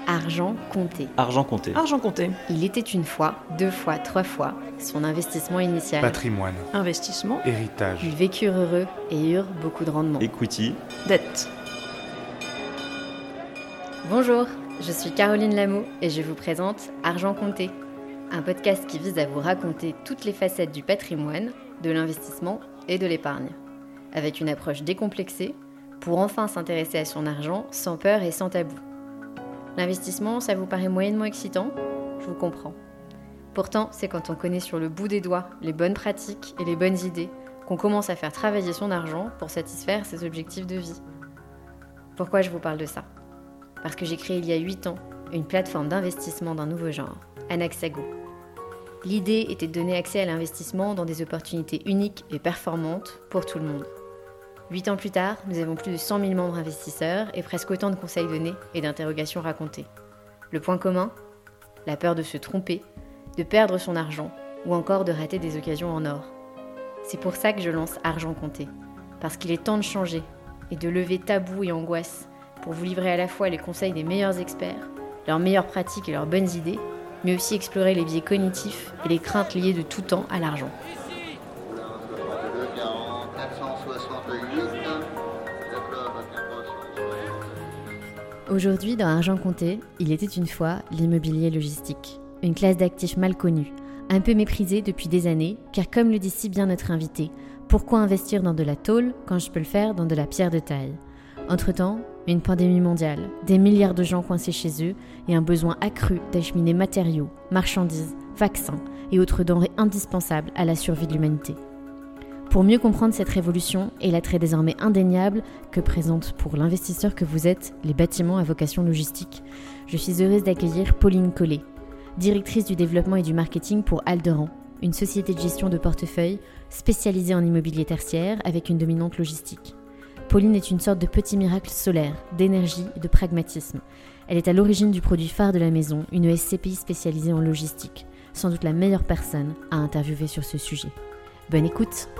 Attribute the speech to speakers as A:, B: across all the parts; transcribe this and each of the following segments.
A: Argent compté.
B: Argent compté.
C: Argent compté.
A: Il était une fois, 2 fois, 3 fois son investissement initial.
D: Patrimoine.
C: Investissement.
D: Héritage.
A: Ils vécurent heureux et eurent beaucoup de rendement.
B: Equity.
C: Dette.
A: Bonjour, je suis Caroline Lameau et je vous présente Argent compté, un podcast qui vise à vous raconter toutes les facettes du patrimoine, de l'investissement et de l'épargne, avec une approche décomplexée pour enfin s'intéresser à son argent sans peur et sans tabou. L'investissement, ça vous paraît moyennement excitant ? Je vous comprends. Pourtant, c'est quand on connaît sur le bout des doigts les bonnes pratiques et les bonnes idées qu'on commence à faire travailler son argent pour satisfaire ses objectifs de vie. Pourquoi je vous parle de ça ? Parce que j'ai créé il y a 8 ans une plateforme d'investissement d'un nouveau genre, Anaxago. L'idée était de donner accès à l'investissement dans des opportunités uniques et performantes pour tout le monde. 8 ans plus tard, nous avons plus de 100 000 membres investisseurs et presque autant de conseils donnés et d'interrogations racontées. Le point commun ? La peur de se tromper, de perdre son argent ou encore de rater des occasions en or. C'est pour ça que je lance Argent compté, parce qu'il est temps de changer et de lever tabous et angoisses pour vous livrer à la fois les conseils des meilleurs experts, leurs meilleures pratiques et leurs bonnes idées, mais aussi explorer les biais cognitifs et les craintes liées de tout temps à l'argent. Aujourd'hui, dans Argent compté, il était une fois l'immobilier logistique, une classe d'actifs mal connue, un peu méprisée depuis des années, car comme le dit si bien notre invité, pourquoi investir dans de la tôle quand je peux le faire dans de la pierre de taille ? Entre-temps, une pandémie mondiale, des milliards de gens coincés chez eux et un besoin accru d'acheminer matériaux, marchandises, vaccins et autres denrées indispensables à la survie de l'humanité. Pour mieux comprendre cette révolution et l'attrait désormais indéniable que présentent pour l'investisseur que vous êtes les bâtiments à vocation logistique, je suis heureuse d'accueillir Pauline Collet, directrice du développement et du marketing pour Alderan, une société de gestion de portefeuille spécialisée en immobilier tertiaire avec une dominante logistique. Pauline est une sorte de petit miracle solaire, d'énergie et de pragmatisme. Elle est à l'origine du produit phare de la maison, une SCPI spécialisée en logistique, sans doute la meilleure personne à interviewer sur ce sujet. Bonne écoute!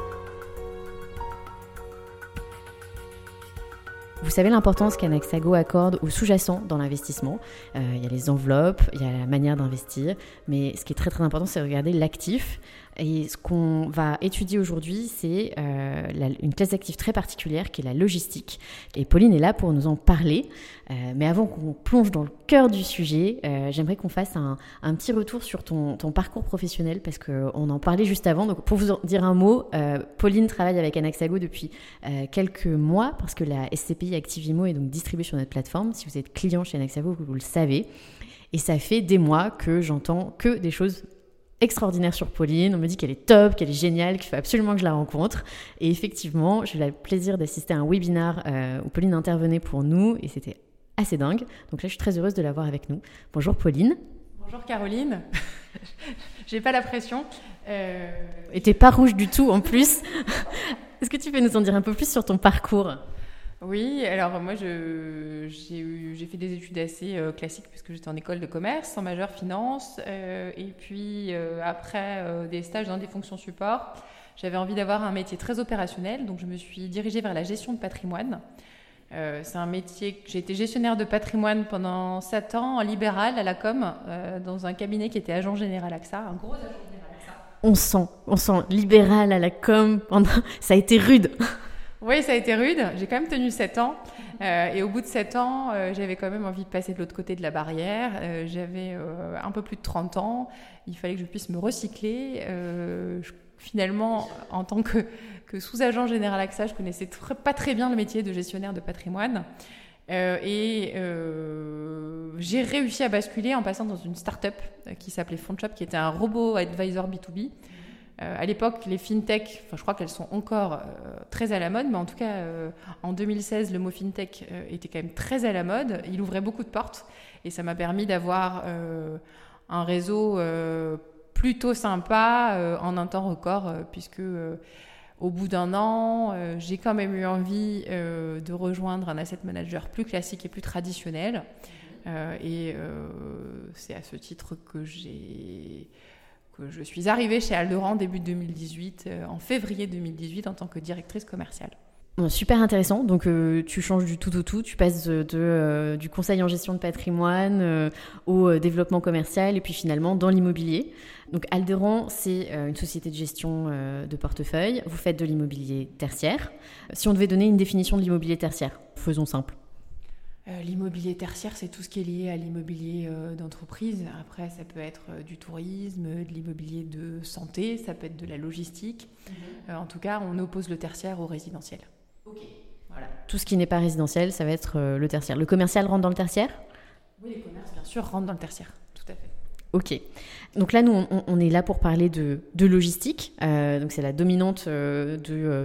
A: Vous savez l'importance qu'Anaxago accorde aux sous-jacents dans l'investissement. Il y a les enveloppes, il y a la manière d'investir, mais ce qui est très très important, c'est de regarder l'actif. Et ce qu'on va étudier aujourd'hui, c'est une classe d'actifs très particulière qui est la logistique. Et Pauline est là pour nous en parler. Mais avant qu'on plonge dans le cœur du sujet, j'aimerais qu'on fasse un petit retour sur ton parcours professionnel, parce qu'on en parlait juste avant. Donc pour vous en dire un mot, Pauline travaille avec Anaxago depuis quelques mois, parce que la SCPI Active-Imo est donc distribuée sur notre plateforme. Si vous êtes client chez Anaxago, vous le savez. Et ça fait des mois que j'entends que des choses extraordinaire sur Pauline, on me dit qu'elle est top, qu'elle est géniale, qu'il faut absolument que je la rencontre. Et effectivement, j'ai eu le plaisir d'assister à un webinaire où Pauline intervenait pour nous et c'était assez dingue. Donc là, je suis très heureuse de l'avoir avec nous. Bonjour Pauline.
E: Bonjour Caroline. J'ai pas la pression.
A: Et t'es pas rouge du tout en plus. Est-ce que tu peux nous en dire un peu plus sur ton parcours ?
E: Oui, alors moi j'ai fait des études assez classiques puisque j'étais en école de commerce, en majeure finance, et puis après des stages dans des fonctions support, j'avais envie d'avoir un métier très opérationnel, donc je me suis dirigée vers la gestion de patrimoine. C'est un métier, j'ai été gestionnaire de patrimoine pendant 7 ans en libéral à la com, dans un cabinet qui était agent général AXA, un gros agent général AXA.
A: On sent libéral à la com, ça a été rude.
E: Oui, ça a été rude. J'ai quand même tenu 7 ans. Et au bout de 7 ans, j'avais quand même envie de passer de l'autre côté de la barrière. J'avais un peu plus de 30 ans. Il fallait que je puisse me recycler. Finalement, en tant que sous-agent général AXA, je connaissais pas très bien le métier de gestionnaire de patrimoine. J'ai réussi à basculer en passant dans une start-up qui s'appelait Fondshop, qui était un robot advisor B2B. À l'époque, les fintech, je crois qu'elles sont encore très à la mode, mais en tout cas, en 2016, le mot fintech était quand même très à la mode. Il ouvrait beaucoup de portes et ça m'a permis d'avoir un réseau plutôt sympa en un temps record, puisque au bout d'1 an, j'ai quand même eu envie de rejoindre un asset manager plus classique et plus traditionnel. C'est à ce titre que je suis arrivée chez Alderan début 2018, en février 2018, en tant que directrice commerciale.
A: Super intéressant. Donc, tu changes du tout au tout. Tu passes du conseil en gestion de patrimoine au développement commercial et puis finalement dans l'immobilier. Donc, Alderan, c'est une société de gestion de portefeuille. Vous faites de l'immobilier tertiaire. Si on devait donner une définition de l'immobilier tertiaire, faisons simple.
E: L'immobilier tertiaire, c'est tout ce qui est lié à l'immobilier d'entreprise. Après, ça peut être du tourisme, de l'immobilier de santé, ça peut être de la logistique. En tout cas, on oppose le tertiaire au résidentiel.
A: Ok. Voilà. Tout ce qui n'est pas résidentiel, ça va être le tertiaire. Le commercial rentre dans le tertiaire ?
E: Oui, les commerces, bien sûr, rentrent dans le tertiaire. Tout à fait.
A: Ok. Donc là, nous, on est là pour parler de logistique. Donc c'est la dominante de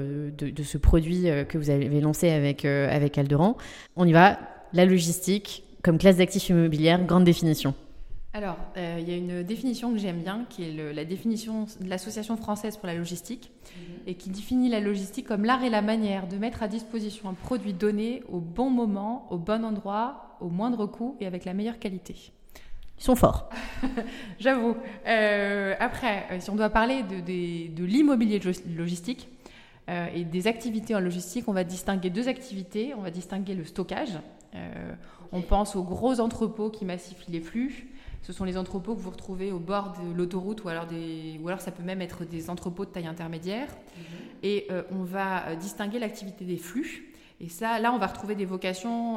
A: ce produit que vous avez lancé avec Alderan. On y va. La logistique comme classe d'actifs immobilières, grande définition.
E: Alors, il y a une définition que j'aime bien, qui est la définition de l'Association française pour la logistique, et qui définit la logistique comme l'art et la manière de mettre à disposition un produit donné au bon moment, au bon endroit, au moindre coût et avec la meilleure qualité.
A: Ils sont forts.
E: J'avoue. Après, si on doit parler de l'immobilier logistique et des activités en logistique, on va distinguer deux activités. On va distinguer le stockage. On pense aux gros entrepôts qui massifient les flux. Ce sont les entrepôts que vous retrouvez au bord de l'autoroute ou alors ça peut même être des entrepôts de taille intermédiaire. Et on va distinguer l'activité des flux. Et ça, là, on va retrouver des vocations...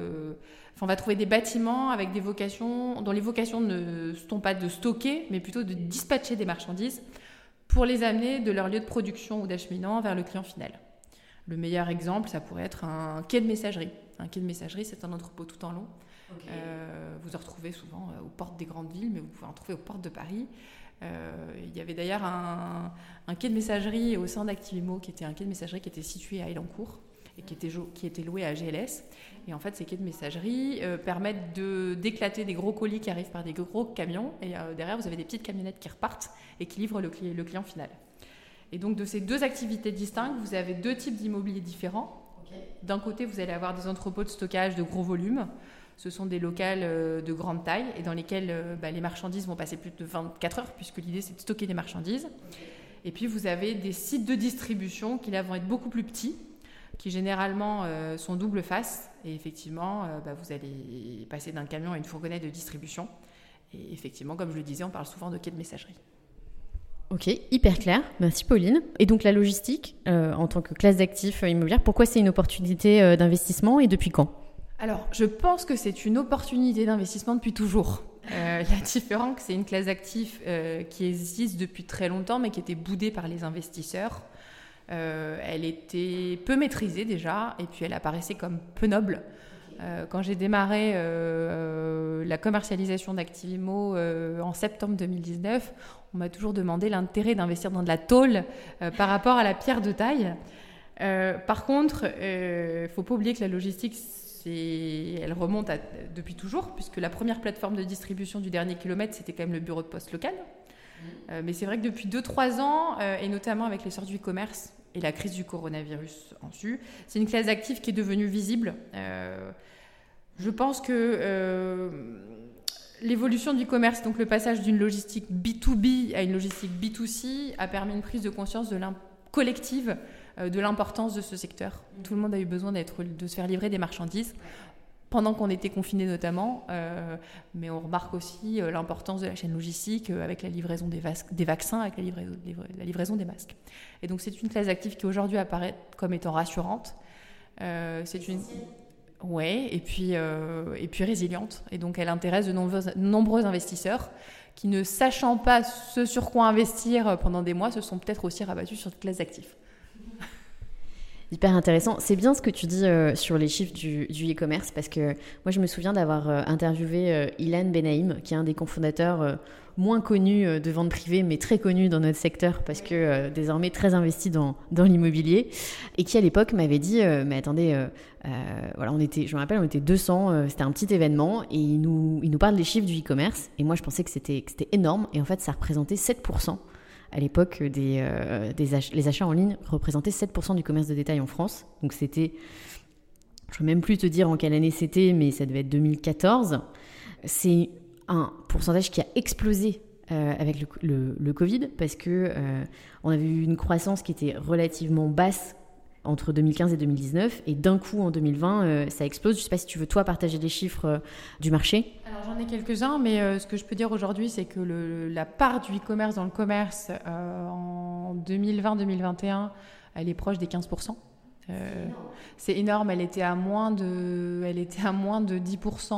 E: on va trouver des bâtiments avec des vocations dont les vocations ne sont pas de stocker, mais plutôt de dispatcher des marchandises pour les amener de leur lieu de production ou d'acheminement vers le client final. Le meilleur exemple, ça pourrait être un quai de messagerie. Un quai de messagerie, c'est un entrepôt tout en long. Okay. Vous en retrouvez souvent aux portes des grandes villes, mais vous pouvez en trouver aux portes de Paris. Il y avait d'ailleurs un quai de messagerie au sein d'Activimo, qui était un quai de messagerie qui était situé à Elancourt et qui était loué à GLS. Et en fait, ces quais de messagerie permettent d'éclater des gros colis qui arrivent par des gros camions. Et derrière, vous avez des petites camionnettes qui repartent et qui livrent le client final. Et donc, de ces deux activités distinctes, vous avez deux types d'immobilier différents. Okay. D'un côté, vous allez avoir des entrepôts de stockage de gros volumes. Ce sont des locales de grande taille et dans lesquels les marchandises vont passer plus de 24 heures, puisque l'idée, c'est de stocker des marchandises. Okay. Et puis, vous avez des sites de distribution qui, là, vont être beaucoup plus petits, qui généralement sont double face. Et effectivement, vous allez passer d'un camion à une fourgonnette de distribution. Et effectivement, comme je le disais, on parle souvent de quai de messagerie.
A: Ok, hyper clair. Merci Pauline. Et donc la logistique, en tant que classe d'actifs immobilières, pourquoi c'est une opportunité d'investissement et depuis quand ?
E: Alors, je pense que c'est une opportunité d'investissement depuis toujours. La différence, c'est une classe d'actifs qui existe depuis très longtemps, mais qui était boudée par les investisseurs. Elle était peu maîtrisée déjà, et puis elle apparaissait comme peu noble. Quand j'ai démarré la commercialisation d'Activimo en septembre 2019, on m'a toujours demandé l'intérêt d'investir dans de la tôle par rapport à la pierre de taille. Par contre, il ne faut pas oublier que la logistique, elle remonte depuis toujours, puisque la première plateforme de distribution du dernier kilomètre, c'était quand même le bureau de poste local. Mais c'est vrai que depuis 2-3 ans, et notamment avec l'essor du e-commerce et la crise du coronavirus en su, c'est une classe d'actifs qui est devenue visible. Je pense que l'évolution du commerce, donc le passage d'une logistique B2B à une logistique B2C, a permis une prise de conscience collective de l'importance de ce secteur. Tout le monde a eu besoin de se faire livrer des marchandises, pendant qu'on était confinés notamment, mais on remarque aussi l'importance de la chaîne logistique avec la livraison des vaccins, avec la livraison des masques. Et donc c'est une classe d'actifs qui aujourd'hui apparaît comme étant rassurante. Ouais, et puis résiliente. Et donc elle intéresse de nombreux investisseurs qui, ne sachant pas ce sur quoi investir pendant des mois, se sont peut-être aussi rabattus sur cette classe d'actifs.
A: Hyper intéressant. C'est bien ce que tu dis sur les chiffres du e-commerce, parce que moi, je me souviens d'avoir interviewé Ilan Benaïm, qui est un des cofondateurs moins connus de vente privée, mais très connu dans notre secteur, parce que désormais très investi dans l'immobilier, et qui à l'époque m'avait dit mais attendez, voilà, je me rappelle, on était 200, c'était un petit événement, et il nous parle des chiffres du e-commerce, et moi je pensais que c'était énorme, et en fait ça représentait 7%. À l'époque, les achats en ligne représentaient 7% du commerce de détail en France. Donc c'était, je ne peux même plus te dire en quelle année c'était, mais ça devait être 2014. C'est un pourcentage qui a explosé avec le Covid, parce que on avait eu une croissance qui était relativement basse entre 2015 et 2019, et d'un coup en 2020, ça explose. Je ne sais pas si tu veux toi partager les chiffres du marché.
E: Alors j'en ai quelques-uns, mais ce que je peux dire aujourd'hui, c'est que la part du e-commerce dans le commerce en 2020-2021, elle est proche des 15%. C'est énorme, elle était à moins de 10%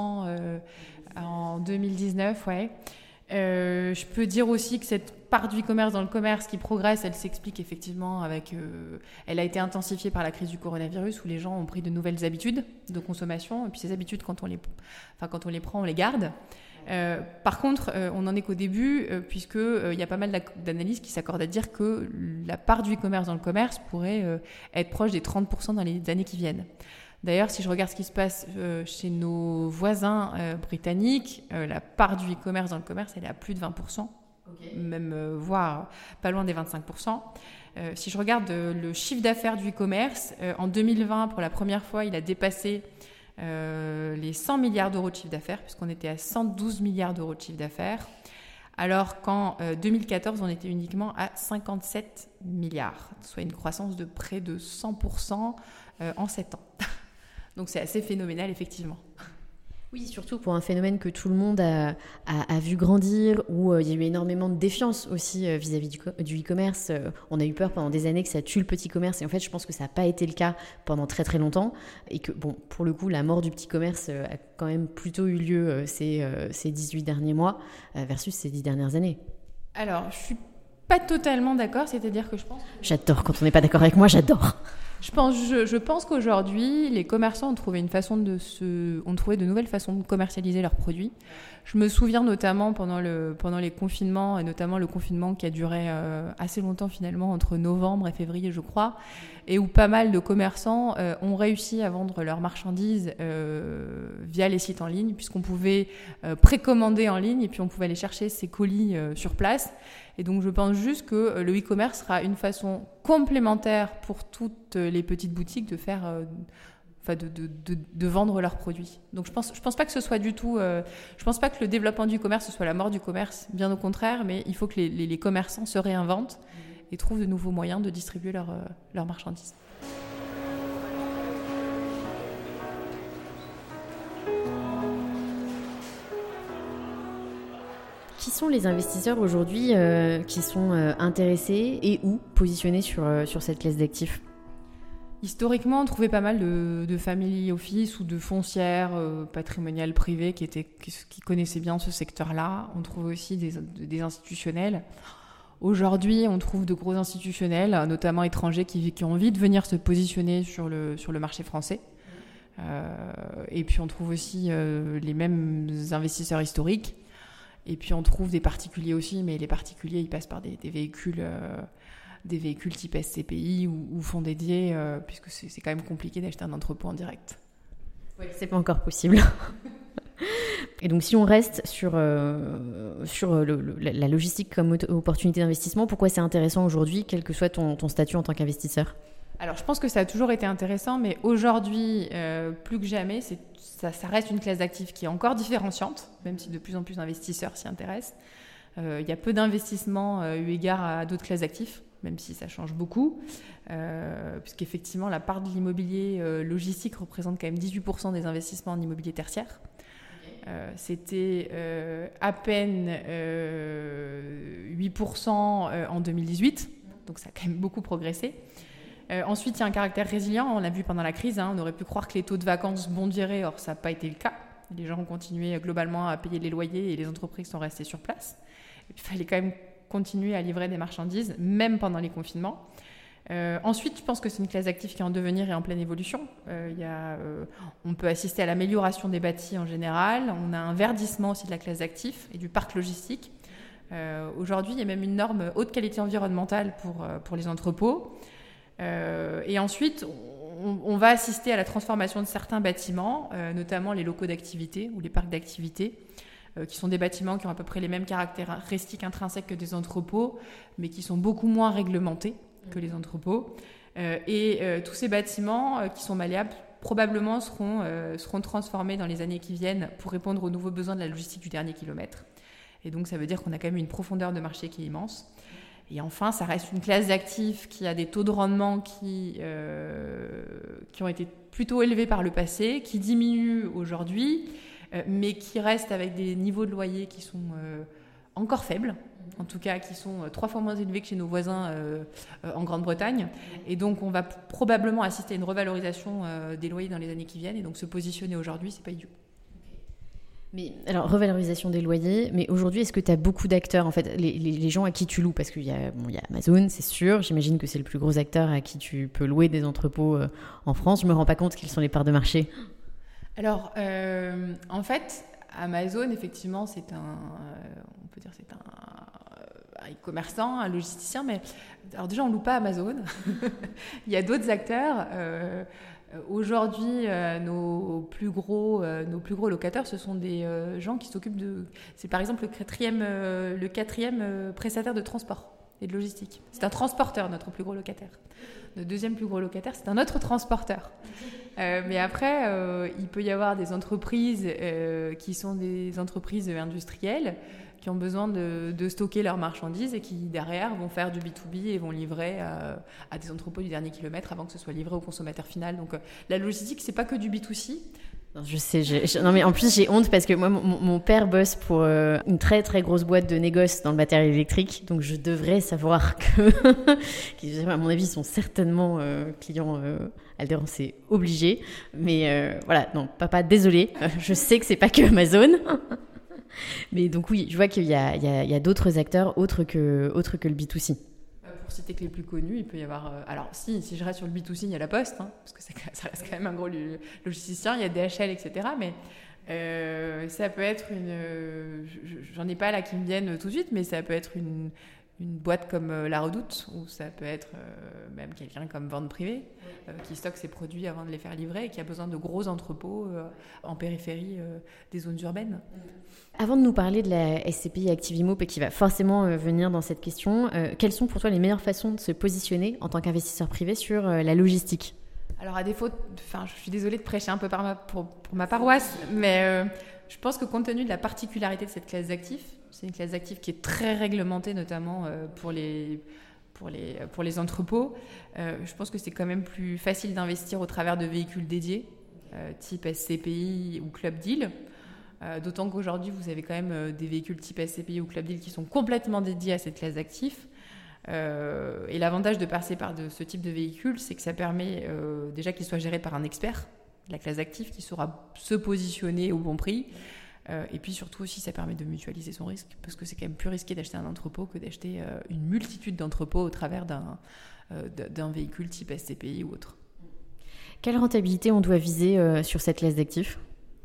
E: en 2019, ouais. Je peux dire aussi que cette part du e-commerce dans le commerce qui progresse, elle s'explique effectivement elle a été intensifiée par la crise du coronavirus où les gens ont pris de nouvelles habitudes de consommation, et puis ces habitudes, quand on les prend, on les garde. Par contre, on n'en est qu'au début, puisqu'il y a pas mal d'analyses qui s'accordent à dire que la part du e-commerce dans le commerce pourrait être proche des 30% dans les années qui viennent. D'ailleurs, si je regarde ce qui se passe chez nos voisins britanniques, la part du e-commerce dans le commerce, elle est à plus de 20%, même voire pas loin des 25%. Si je regarde le chiffre d'affaires du e-commerce, en 2020, pour la première fois, il a dépassé les 100 milliards d'euros de chiffre d'affaires, puisqu'on était à 112 milliards d'euros de chiffre d'affaires, alors qu'en 2014, on était uniquement à 57 milliards, soit une croissance de près de 100% en 7 ans. Donc c'est assez phénoménal, effectivement.
A: Oui, surtout pour un phénomène que tout le monde a vu grandir, où il y a eu énormément de défiance aussi vis-à-vis du e-commerce. On a eu peur pendant des années que ça tue le petit commerce, et en fait je pense que ça n'a pas été le cas pendant très très longtemps, et que bon, pour le coup la mort du petit commerce a quand même plutôt eu lieu ces 18 derniers mois versus ces 10 dernières années.
E: Alors je suis pas totalement d'accord, c'est-à-dire que je pense...
A: J'adore quand on n'est pas d'accord avec moi, j'adore.
E: Je pense qu'aujourd'hui, les commerçants ont trouvé de nouvelles façons de commercialiser leurs produits. Je me souviens notamment pendant les confinements, et notamment le confinement qui a duré assez longtemps finalement, entre novembre et février, je crois, et où pas mal de commerçants ont réussi à vendre leurs marchandises via les sites en ligne, puisqu'on pouvait précommander en ligne et puis on pouvait aller chercher ses colis sur place. Et donc, je pense juste que le e-commerce sera une façon complémentaire pour toutes les petites boutiques de faire, de vendre leurs produits. Donc, je pense pas que ce soit du tout... je pense pas que le développement du commerce, ce soit la mort du commerce, bien au contraire, mais il faut que les commerçants se réinventent et trouvent de nouveaux moyens de distribuer leurs marchandises.
A: Qui sont les investisseurs aujourd'hui qui sont intéressés et ou positionnés sur cette classe d'actifs ?
E: Historiquement, on trouvait pas mal de family office ou de foncières patrimoniales privées qui connaissaient bien ce secteur-là. On trouve aussi des institutionnels. Aujourd'hui, on trouve de gros institutionnels, notamment étrangers, qui ont envie de venir se positionner sur le marché français. Et puis, on trouve aussi les mêmes investisseurs historiques. Et puis on trouve des particuliers aussi, mais les particuliers, ils passent par des véhicules type SCPI ou fonds dédiés, puisque c'est quand même compliqué d'acheter un entrepôt en direct.
A: Oui, c'est pas encore possible. Et donc si on reste sur la logistique comme opportunité d'investissement, pourquoi c'est intéressant aujourd'hui, quel que soit ton statut en tant qu'investisseur ?
E: Alors, je pense que ça a toujours été intéressant, mais aujourd'hui, plus que jamais, ça reste une classe d'actifs qui est encore différenciante, même si de plus en plus d'investisseurs s'y intéressent. Il y a peu d'investissements eu égard à d'autres classes d'actifs, même si ça change beaucoup, puisqu'effectivement, la part de l'immobilier logistique représente quand même 18% des investissements en immobilier tertiaire. C'était à peine 8% en 2018, donc ça a quand même beaucoup progressé. Ensuite, il y a un caractère résilient. On l'a vu pendant la crise. On aurait pu croire que les taux de vacances bondiraient. Or, ça n'a pas été le cas. Les gens ont continué globalement à payer les loyers et les entreprises sont restées sur place. Et puis, il fallait quand même continuer à livrer des marchandises, même pendant les confinements. Ensuite, je pense que c'est une classe d'actifs qui est en devenir et en pleine évolution. On peut assister à l'amélioration des bâtis en général. On a un verdissement aussi de la classe d'actifs et du parc logistique. Aujourd'hui, il y a même une norme haute qualité environnementale pour les entrepôts. Et ensuite, on va assister à la transformation de certains bâtiments, notamment les locaux d'activité ou les parcs d'activité, qui sont des bâtiments qui ont à peu près les mêmes caractéristiques intrinsèques que des entrepôts, mais qui sont beaucoup moins réglementés que les entrepôts. Tous ces bâtiments qui sont malléables, probablement seront transformés dans les années qui viennent pour répondre aux nouveaux besoins de la logistique du dernier kilomètre. Et donc, ça veut dire qu'on a quand même une profondeur de marché qui est immense. Et enfin, ça reste une classe d'actifs qui a des taux de rendement qui ont été plutôt élevés par le passé, qui diminuent aujourd'hui, mais qui restent avec des niveaux de loyer qui sont encore faibles, en tout cas qui sont 3 fois moins élevés que chez nos voisins en Grande-Bretagne. Et donc, on va probablement assister à une revalorisation des loyers dans les années qui viennent. Et donc, se positionner aujourd'hui, c'est pas idiot.
A: Mais alors, revalorisation des loyers, mais aujourd'hui, est-ce que tu as beaucoup d'acteurs, en fait, les gens à qui tu loues? Parce qu'il y a Amazon, c'est sûr, j'imagine que c'est le plus gros acteur à qui tu peux louer des entrepôts en France. Je me rends pas compte quelles sont les parts de marché.
E: Alors, en fait, Amazon, effectivement, c'est un e-commerçant, un logisticien, mais alors déjà, on ne loue pas Amazon. Il y a d'autres acteurs. Aujourd'hui, nos plus gros locataires, ce sont des gens qui s'occupent de... C'est par exemple le quatrième prestataire de transport et de logistique. C'est un transporteur, notre plus gros locataire. Notre deuxième plus gros locataire, c'est un autre transporteur. Mais après, il peut y avoir des entreprises qui sont des entreprises industrielles qui ont besoin de stocker leurs marchandises et qui, derrière, vont faire du B2B et vont livrer à des entrepôts du dernier kilomètre avant que ce soit livré au consommateur final. Donc, la logistique, c'est pas que du B2C.
A: Je sais, non mais en plus j'ai honte parce que moi mon père bosse pour une très très grosse boîte de négoce dans le matériel électrique, donc je devrais savoir que, à mon avis, ils sont certainement clients Alderan, c'est obligé, mais voilà, non, papa, désolé, je sais que c'est pas que Amazon, mais donc oui, je vois qu'il y a d'autres acteurs autres que le B2C.
E: Pour citer que les plus connus, il peut y avoir... alors, si je reste sur le B2C, il y a La Poste, hein, parce que ça reste quand même un gros logisticien, il y a DHL, etc. Mais ça peut être j'en ai pas là qui me viennent tout de suite, mais ça peut être une boîte comme La Redoute, ou ça peut être même quelqu'un comme Vente Privée, qui stocke ses produits avant de les faire livrer et qui a besoin de gros entrepôts en périphérie des zones urbaines.
A: Avant de nous parler de la SCPI Activimo, qui va forcément venir dans cette question, quelles sont pour toi les meilleures façons de se positionner en tant qu'investisseur privé sur la logistique ?
E: Alors à défaut, je suis désolée de prêcher un peu pour ma paroisse, mais je pense que compte tenu de la particularité de cette classe d'actifs, c'est une classe d'actifs qui est très réglementée, notamment pour les entrepôts. Je pense que c'est quand même plus facile d'investir au travers de véhicules dédiés, type SCPI ou Club Deal. D'autant qu'aujourd'hui, vous avez quand même des véhicules type SCPI ou Club Deal qui sont complètement dédiés à cette classe d'actifs. Et l'avantage de passer par ce type de véhicule, c'est que ça permet déjà qu'il soit géré par un expert de la classe d'actifs qui saura se positionner au bon prix. Et puis surtout aussi, ça permet de mutualiser son risque, parce que c'est quand même plus risqué d'acheter un entrepôt que d'acheter une multitude d'entrepôts au travers d'un véhicule type SCPI ou autre.
A: Quelle rentabilité on doit viser sur cette classe d'actifs ?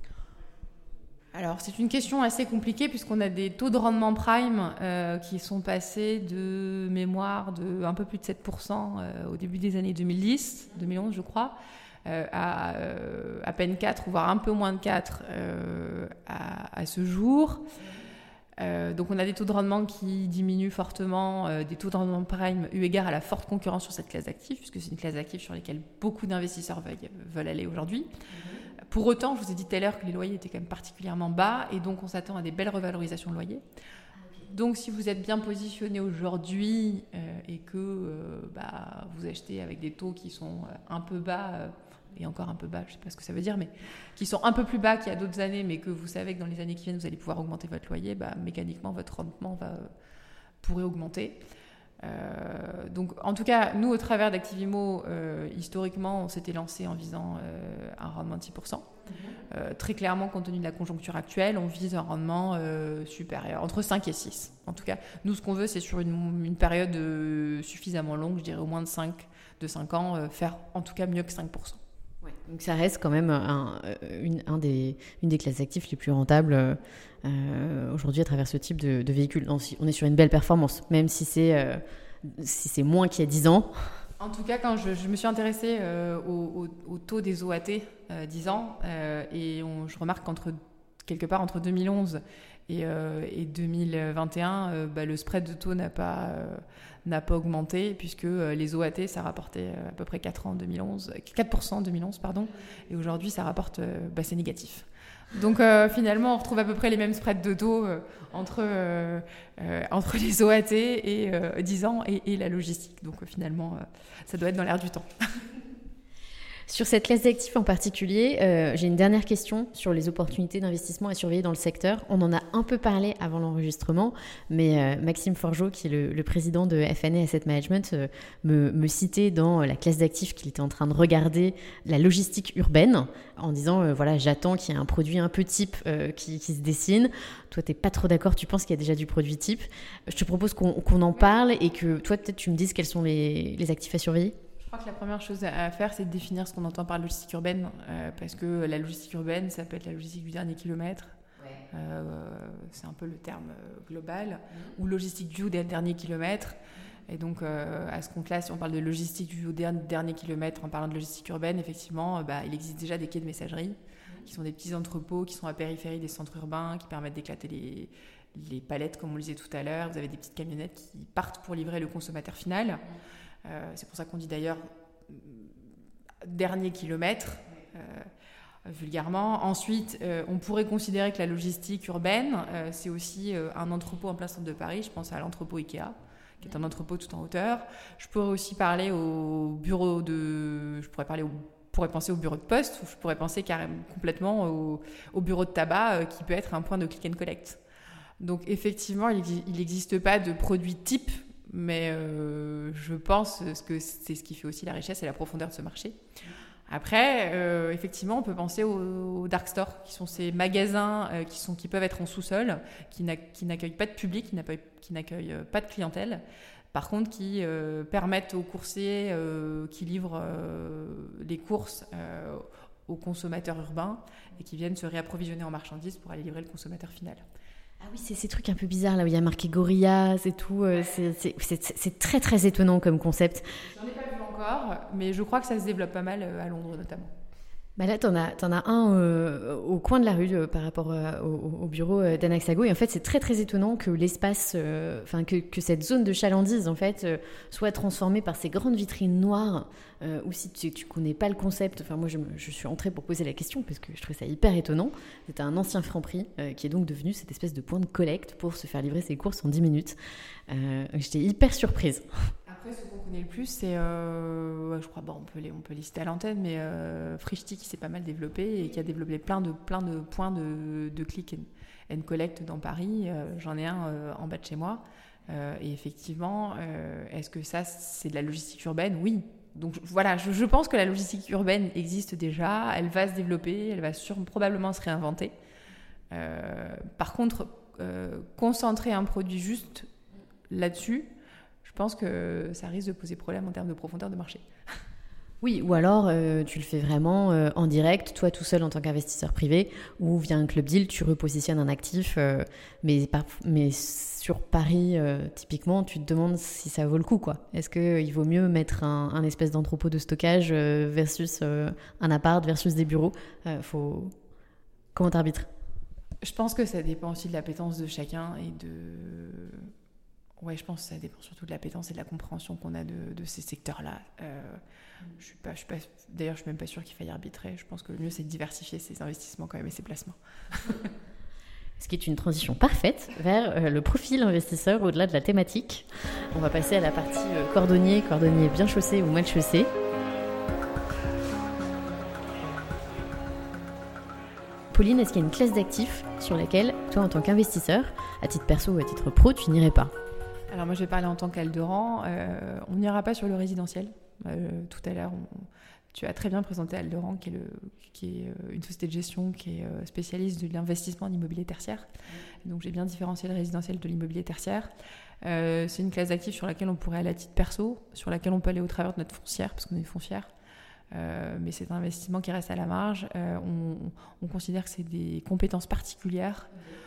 E: Alors, c'est une question assez compliquée puisqu'on a des taux de rendement prime qui sont passés de mémoire de un peu plus de 7% au début des années 2011, je crois, à peine 4, voire un peu moins de 4 à ce jour. Donc, on a des taux de rendement qui diminuent fortement, des taux de rendement prime eu égard à la forte concurrence sur cette classe d'actifs, puisque c'est une classe d'actifs sur lesquelles beaucoup d'investisseurs veulent aller aujourd'hui. Pour autant, je vous ai dit tout à l'heure que les loyers étaient quand même particulièrement bas et donc on s'attend à des belles revalorisations de loyers. Donc si vous êtes bien positionné aujourd'hui et que vous achetez avec des taux qui sont un peu bas, et encore un peu bas, je ne sais pas ce que ça veut dire, mais qui sont un peu plus bas qu'il y a d'autres années, mais que vous savez que dans les années qui viennent, vous allez pouvoir augmenter votre loyer, mécaniquement, votre rendement pourrait augmenter. Donc, en tout cas, nous, au travers d'Activimo, historiquement, on s'était lancé en visant un rendement de 6%. Très clairement, compte tenu de la conjoncture actuelle, on vise un rendement supérieur, entre 5 et 6. En tout cas, nous, ce qu'on veut, c'est sur une période suffisamment longue, je dirais au moins de 5 ans, faire en tout cas mieux que 5%.
A: Ouais, donc ça reste quand même une des classes d'actifs les plus rentables aujourd'hui à travers ce type de véhicule. Donc, on est sur une belle performance, même si c'est moins qu'il y a 10 ans.
E: En tout cas, quand je me suis intéressée au taux des OAT 10 ans, et je remarque quelque part entre 2011 et 2021, le spread de taux n'a pas augmenté, puisque les OAT, ça rapportait à peu près 4% en 2011, et aujourd'hui, ça rapporte, c'est négatif. Donc finalement, on retrouve à peu près les mêmes spreads de taux entre les OAT et 10 ans et la logistique. Donc finalement, ça doit être dans l'air du temps.
A: Sur cette classe d'actifs en particulier, j'ai une dernière question sur les opportunités d'investissement à surveiller dans le secteur. On en a un peu parlé avant l'enregistrement, mais Maxime Forgeot, qui est le président de FNA Asset Management, me citait dans la classe d'actifs qu'il était en train de regarder la logistique urbaine, en disant voilà, j'attends qu'il y ait un produit un peu type qui se dessine. Toi, tu n'es pas trop d'accord, tu penses qu'il y a déjà du produit type. Je te propose qu'on en parle et que toi, peut-être, tu me dises quels sont les actifs à surveiller.
E: Je crois que la première chose à faire, c'est de définir ce qu'on entend par logistique urbaine, parce que la logistique urbaine, ça peut être la logistique du dernier kilomètre, c'est un peu le terme global, ou logistique du dernier kilomètre. Et donc, à ce compte-là, si on parle de logistique du dernier kilomètre, en parlant de logistique urbaine, effectivement, il existe déjà des quais de messagerie, qui sont des petits entrepôts qui sont à périphérie des centres urbains, qui permettent d'éclater les palettes, comme on le disait tout à l'heure. Vous avez des petites camionnettes qui partent pour livrer le consommateur final. C'est pour ça qu'on dit d'ailleurs dernier kilomètre, vulgairement. Ensuite, on pourrait considérer que la logistique urbaine, c'est aussi un entrepôt en plein centre de Paris. Je pense à l'entrepôt Ikea, qui est un entrepôt tout en hauteur. Je pourrais aussi parler au bureau de... Je pourrais penser au bureau de poste, ou je pourrais penser carrément complètement au bureau de tabac, qui peut être un point de click and collect. Donc effectivement, il n'existe pas de produit type, mais je pense que c'est ce qui fait aussi la richesse et la profondeur de ce marché. Après, effectivement, on peut penser aux dark stores, qui sont ces magasins qui peuvent être en sous-sol, qui n'accueillent pas de public, qui n'accueillent pas de clientèle, par contre qui permettent aux coursiers qui livrent les courses aux consommateurs urbains et qui viennent se réapprovisionner en marchandises pour aller livrer le consommateur final.
A: Ah oui, c'est ces trucs un peu bizarres là où il y a marqué Gorillaz et tout. C'est très très étonnant comme concept.
E: J'en ai pas vu encore, mais je crois que ça se développe pas mal à Londres notamment.
A: Bah là, t'en as un au coin de la rue par rapport au bureau d'Anaxago. Et en fait, c'est très très étonnant que l'espace, que cette zone de chalandise en fait soit transformée par ces grandes vitrines noires. Ou si tu connais pas le concept, enfin moi je suis entrée pour poser la question parce que je trouvais ça hyper étonnant. C'était un ancien Franprix qui est donc devenu cette espèce de point de collecte pour se faire livrer ses courses en 10 minutes. J'étais hyper surprise.
E: Après, ce qu'on connaît le plus, c'est, je crois, on peut lister à l'antenne, mais Frishti qui s'est pas mal développé et qui a développé plein de points de click and collect dans Paris. J'en ai un en bas de chez moi. Et effectivement, est-ce que ça, c'est de la logistique urbaine ? Oui. Donc voilà, je pense que la logistique urbaine existe déjà, elle va se développer, elle va probablement se réinventer. Par contre, concentrer un produit juste là-dessus, je pense que ça risque de poser problème en termes de profondeur de marché.
A: Oui, ou alors tu le fais vraiment en direct, toi tout seul en tant qu'investisseur privé, ou via un club deal, tu repositionnes un actif, mais sur Paris, typiquement, tu te demandes si ça vaut le coup, quoi. Est-ce qu'il vaut mieux mettre un espèce d'entrepôt de stockage versus un appart versus des bureaux Comment t'arbitres ?
E: Je pense que ça dépend aussi de l'appétence de chacun et de... Ouais, je pense que ça dépend surtout de l'appétence et de la compréhension qu'on a de ces secteurs-là. D'ailleurs, je suis même pas sûre qu'il faille arbitrer. Je pense que le mieux, c'est de diversifier ses investissements quand même et ses placements.
A: Ce qui est une transition parfaite vers le profil investisseur au-delà de la thématique. On va passer à la partie cordonnier bien chaussé ou mal chaussé. Pauline, est-ce qu'il y a une classe d'actifs sur laquelle, toi, en tant qu'investisseur, à titre perso ou à titre pro, tu n'irais pas ?
E: Alors moi, je vais parler en tant qu'Alderan. On n'ira pas sur le résidentiel. Tout à l'heure, tu as très bien présenté Alderan, qui est une société de gestion qui est spécialiste de l'investissement en immobilier tertiaire. Donc j'ai bien différencié le résidentiel de l'immobilier tertiaire. C'est une classe d'actifs sur laquelle on pourrait aller à titre perso, sur laquelle on peut aller au travers de notre foncière, parce qu'on est foncière. Mais c'est un investissement qui reste à la marge. On considère que c'est des compétences particulières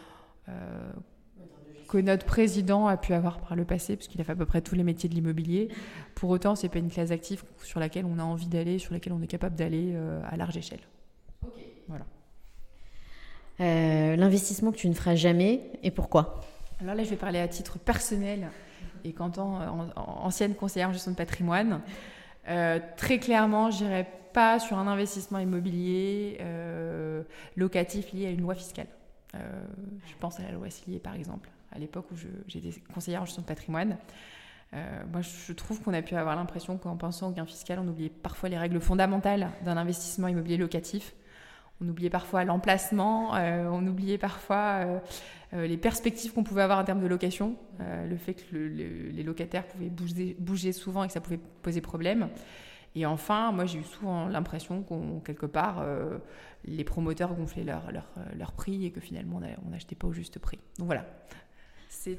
E: que notre président a pu avoir par le passé, parce qu'il a fait à peu près tous les métiers de l'immobilier. Pour autant, c'est pas une classe d'actifs sur laquelle on a envie d'aller, sur laquelle on est capable d'aller à large échelle.
A: Okay.
E: Voilà.
A: L'investissement que tu ne feras jamais, et pourquoi ?
E: Alors là, je vais parler à titre personnel et qu'en tant ancienne conseillère en gestion de patrimoine. Très clairement, j'irai pas sur un investissement immobilier locatif lié à une loi fiscale. Je pense à la loi Sillier, par exemple, à l'époque où j'étais conseillère en gestion de patrimoine. Moi, je trouve qu'on a pu avoir l'impression qu'en pensant au gain fiscal, on oubliait parfois les règles fondamentales d'un investissement immobilier locatif. On oubliait parfois l'emplacement, on oubliait parfois les perspectives qu'on pouvait avoir en termes de location, le fait que les locataires pouvaient bouger souvent et que ça pouvait poser problème. Et enfin, moi, j'ai eu souvent l'impression quelque part, les promoteurs gonflaient leur prix et que finalement, on n'achetait pas au juste prix. Donc voilà, c'est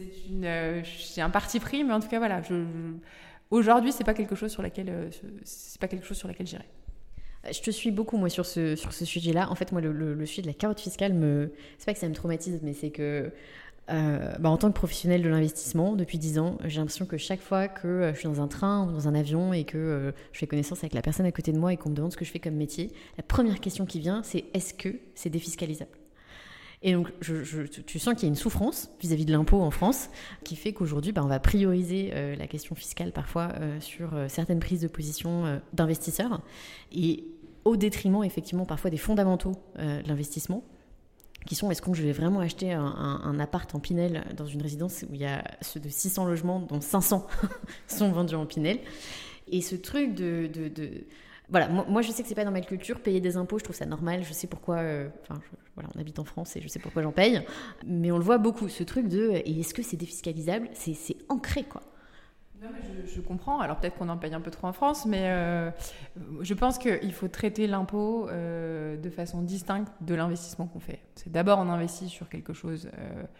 E: un parti pris, mais en tout cas, voilà, aujourd'hui, c'est pas quelque chose sur laquelle j'irai.
A: Je te suis beaucoup, moi, sur ce sujet-là. En fait, moi, le sujet de la carotte fiscale, c'est pas que ça me traumatise, mais c'est que, en tant que professionnelle de l'investissement, depuis 10 ans, j'ai l'impression que chaque fois que je suis dans un train ou dans un avion et que je fais connaissance avec la personne à côté de moi et qu'on me demande ce que je fais comme métier, la première question qui vient, c'est est-ce que c'est défiscalisable ? Et donc, tu sens qu'il y a une souffrance vis-à-vis de l'impôt en France qui fait qu'aujourd'hui, on va prioriser la question fiscale parfois sur certaines prises de position d'investisseurs et au détriment, effectivement, parfois des fondamentaux de l'investissement qui sont, est-ce que je vais vraiment acheter un appart en Pinel dans une résidence où il y a ceux de 600 logements dont 500 sont vendus en Pinel. Et ce truc voilà, moi je sais que c'est pas dans ma culture, payer des impôts, je trouve ça normal, je sais pourquoi, voilà, on habite en France et je sais pourquoi j'en paye, mais on le voit beaucoup, ce truc et est-ce que c'est défiscalisable ? C'est ancré, quoi.
E: Non, mais je comprends, alors peut-être qu'on en paye un peu trop en France, mais je pense qu'il faut traiter l'impôt de façon distincte de l'investissement qu'on fait. C'est d'abord on investit sur quelque chose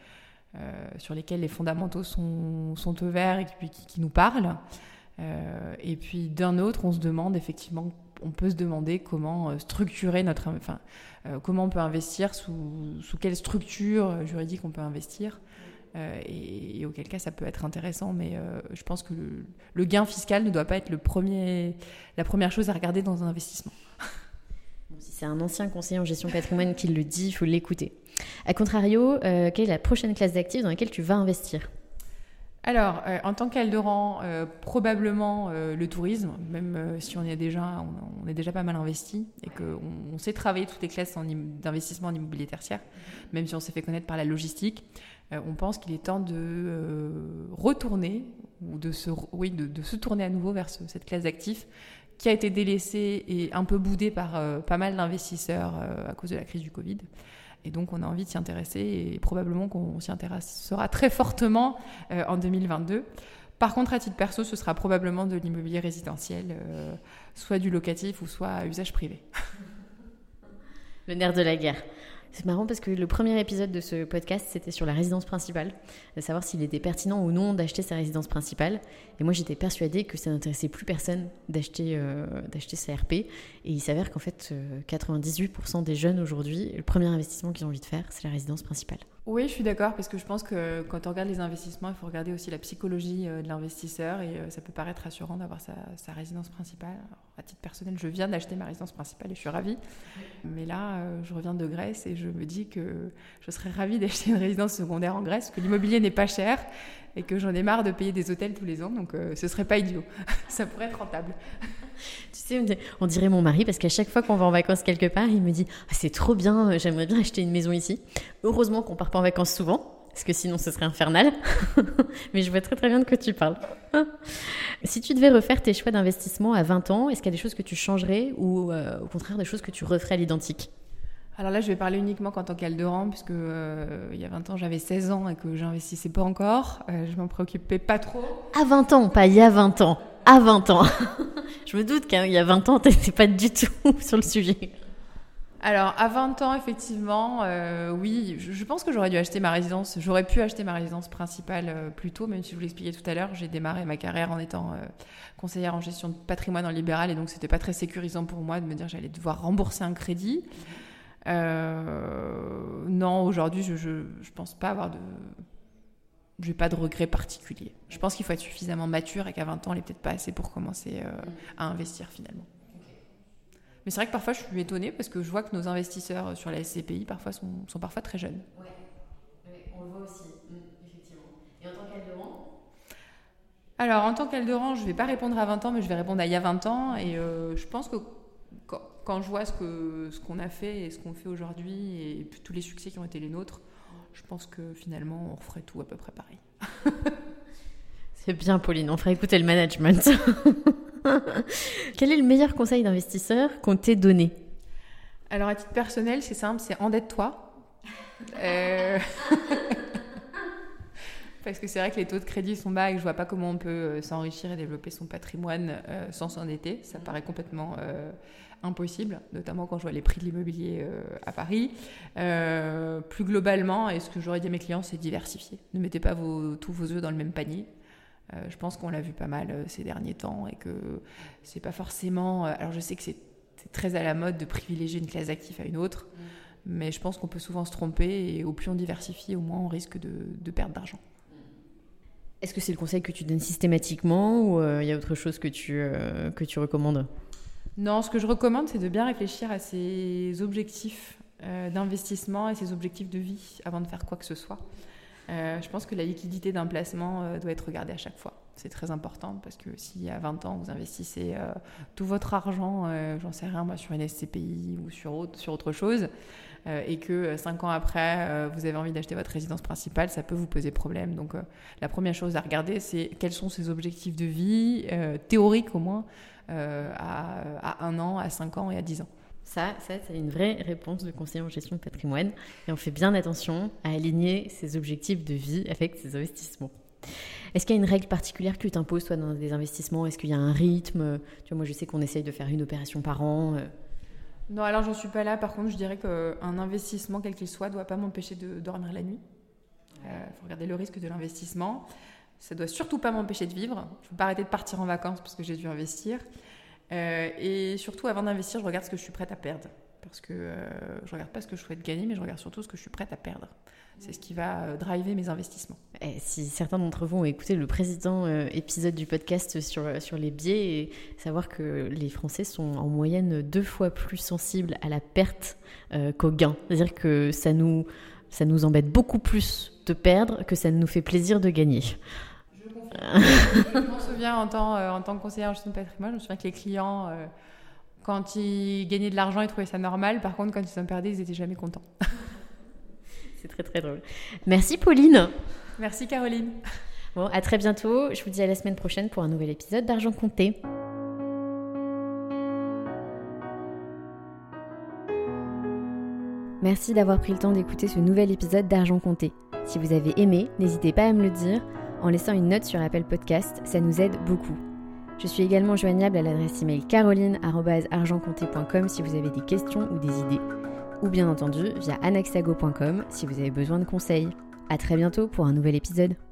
E: sur lesquels les fondamentaux sont au vert et qui nous parlent. Et puis d'un autre, on se demande effectivement, on peut se demander comment structurer comment on peut investir, sous quelle structure juridique on peut investir, et auquel cas ça peut être intéressant, mais je pense que le gain fiscal ne doit pas être la première chose à regarder dans un investissement.
A: Bon, si c'est un ancien conseiller en gestion patrimoine qui le dit, il faut l'écouter. A contrario, quelle est la prochaine classe d'actifs dans laquelle tu vas investir ?
E: Alors, en tant qu'Alderan, probablement le tourisme, même si on est déjà pas mal investi et qu'on sait travailler toutes les classes d'investissement en immobilier tertiaire, même si on s'est fait connaître par la logistique, on pense qu'il est temps de retourner ou de se tourner à nouveau vers cette classe d'actifs qui a été délaissée et un peu boudée par pas mal d'investisseurs à cause de la crise du Covid. Et donc, on a envie de s'y intéresser et probablement qu'on s'y intéressera très fortement en 2022. Par contre, à titre perso, ce sera probablement de l'immobilier résidentiel, soit du locatif ou soit à usage privé.
A: Le nerf de la guerre. C'est marrant parce que le premier épisode de ce podcast, c'était sur la résidence principale, de savoir s'il était pertinent ou non d'acheter sa résidence principale. Et moi, j'étais persuadée que ça n'intéressait plus personne d'acheter sa RP. Et il s'avère qu'en fait, 98% des jeunes aujourd'hui, le premier investissement qu'ils ont envie de faire, c'est la résidence principale.
E: Oui, je suis d'accord, parce que je pense que quand on regarde les investissements, il faut regarder aussi la psychologie de l'investisseur, et ça peut paraître rassurant d'avoir sa résidence principale. Alors, à titre personnel, je viens d'acheter ma résidence principale et je suis ravie. Mais là, je reviens de Grèce et je me dis que je serais ravie d'acheter une résidence secondaire en Grèce, que l'immobilier n'est pas cher et que j'en ai marre de payer des hôtels tous les ans, donc ce serait pas idiot. Ça pourrait être rentable.
A: Tu sais, on dirait mon mari, parce qu'à chaque fois qu'on va en vacances quelque part, il me dit « c'est trop bien, j'aimerais bien acheter une maison ici ». Heureusement qu'on part pas en vacances souvent, parce que sinon ce serait infernal. Mais je vois très très bien de quoi tu parles. Si tu devais refaire tes choix d'investissement à 20 ans, est-ce qu'il y a des choses que tu changerais ou au contraire des choses que tu referais à l'identique ?
E: Alors là, je vais parler uniquement qu'en tant qu'Alderan, puisque il y a 20 ans, j'avais 16 ans et que j'investissais pas encore. Je m'en préoccupais pas trop.
A: À 20 ans, pas il y a 20 ans. À 20 ans. Je me doute qu'il y a 20 ans, t'étais pas du tout sur le sujet.
E: Alors, à 20 ans, effectivement, oui, je pense que j'aurais pu acheter ma résidence principale plus tôt, même si je vous l'expliquais tout à l'heure, j'ai démarré ma carrière en étant conseillère en gestion de patrimoine en libéral, et donc c'était pas très sécurisant pour moi de me dire que j'allais devoir rembourser un crédit. Non, aujourd'hui, je pense pas avoir j'ai pas de regrets particuliers. Je pense qu'il faut être suffisamment mature et qu'à 20 ans, on n'est peut-être pas assez pour commencer à investir finalement. Mais c'est vrai que parfois, je suis étonnée parce que je vois que nos investisseurs sur la SCPI parfois sont parfois très jeunes.
A: Ouais, on le voit aussi, effectivement. Et en tant qu'Alderan ?
E: Alors, en tant qu'Alderan, je ne vais pas répondre à 20 ans, mais je vais répondre à il y a 20 ans. Et je pense que quand je vois ce qu'on a fait et ce qu'on fait aujourd'hui et puis tous les succès qui ont été les nôtres, je pense que finalement, on referait tout à peu près pareil.
A: C'est bien, Pauline, on fera écouter le management. Quel est le meilleur conseil d'investisseur qu'on t'ait donné ?
E: Alors, à titre personnel, c'est simple, c'est endette-toi. Parce que c'est vrai que les taux de crédit sont bas et que je vois pas comment on peut s'enrichir et développer son patrimoine sans s'endetter. Ça paraît complètement impossible, notamment quand je vois les prix de l'immobilier à Paris. Plus globalement, et ce que j'aurais dit à mes clients, c'est diversifier. Ne mettez pas tous vos œufs dans le même panier. Je pense qu'on l'a vu pas mal ces derniers temps et que c'est pas forcément... alors je sais que c'est très à la mode de privilégier une classe d'actifs à une autre, mais je pense qu'on peut souvent se tromper et au plus on diversifie, au moins on risque de perdre d'argent.
A: Est-ce que c'est le conseil que tu donnes systématiquement ou il y a autre chose que tu recommandes ?
E: Non, ce que je recommande, c'est de bien réfléchir à ses objectifs d'investissement et ses objectifs de vie avant de faire quoi que ce soit. Je pense que la liquidité d'un placement doit être regardée à chaque fois. C'est très important parce que si à 20 ans, vous investissez tout votre argent, j'en sais rien, moi, sur une SCPI ou sur autre chose, et que 5 ans après, vous avez envie d'acheter votre résidence principale, ça peut vous poser problème. Donc, la première chose à regarder, c'est quels sont ces objectifs de vie, théoriques au moins, à 1 an, à 5 ans et à 10 ans.
A: Ça, c'est une vraie réponse de conseiller en gestion de patrimoine. Et on fait bien attention à aligner ses objectifs de vie avec ses investissements. Est-ce qu'il y a une règle particulière que tu t'imposes, toi, dans des investissements ? Est-ce qu'il y a un rythme ? Tu vois, moi, je sais qu'on essaye de faire une opération par an.
E: Non, alors, j'en suis pas là. Par contre, je dirais qu'un investissement, quel qu'il soit, ne doit pas m'empêcher de dormir la nuit. Faut regarder le risque de l'investissement. Ça ne doit surtout pas m'empêcher de vivre. Je ne veux pas arrêter de partir en vacances parce que j'ai dû investir. Et surtout, avant d'investir, je regarde ce que je suis prête à perdre. Parce que je ne regarde pas ce que je souhaite gagner, mais je regarde surtout ce que je suis prête à perdre. C'est ce qui va driver mes investissements.
A: Et si certains d'entre vous ont écouté le précédent épisode du podcast sur les biais, et savoir que les Français sont en moyenne 2 fois plus sensibles à la perte qu'au gain. C'est-à-dire que ça nous embête beaucoup plus de perdre que ça nous fait plaisir de gagner.
E: Je m'en souviens en tant que conseillère en gestion de patrimoine, je me souviens que les clients, quand ils gagnaient de l'argent, ils trouvaient ça normal. Par contre, quand ils en perdaient, ils n'étaient jamais contents.
A: C'est très très drôle. Merci Pauline.
E: Merci Caroline.
A: Bon, à très bientôt. Je vous dis à la semaine prochaine pour un nouvel épisode d'Argent Compté. Merci d'avoir pris le temps d'écouter ce nouvel épisode d'Argent Compté. Si vous avez aimé, n'hésitez pas à me le dire en laissant une note sur Apple Podcast, ça nous aide beaucoup. Je suis également joignable à l'adresse email caroline@argentcompté.com si vous avez des questions ou des idées. Ou bien entendu via anaxago.com si vous avez besoin de conseils. À très bientôt pour un nouvel épisode.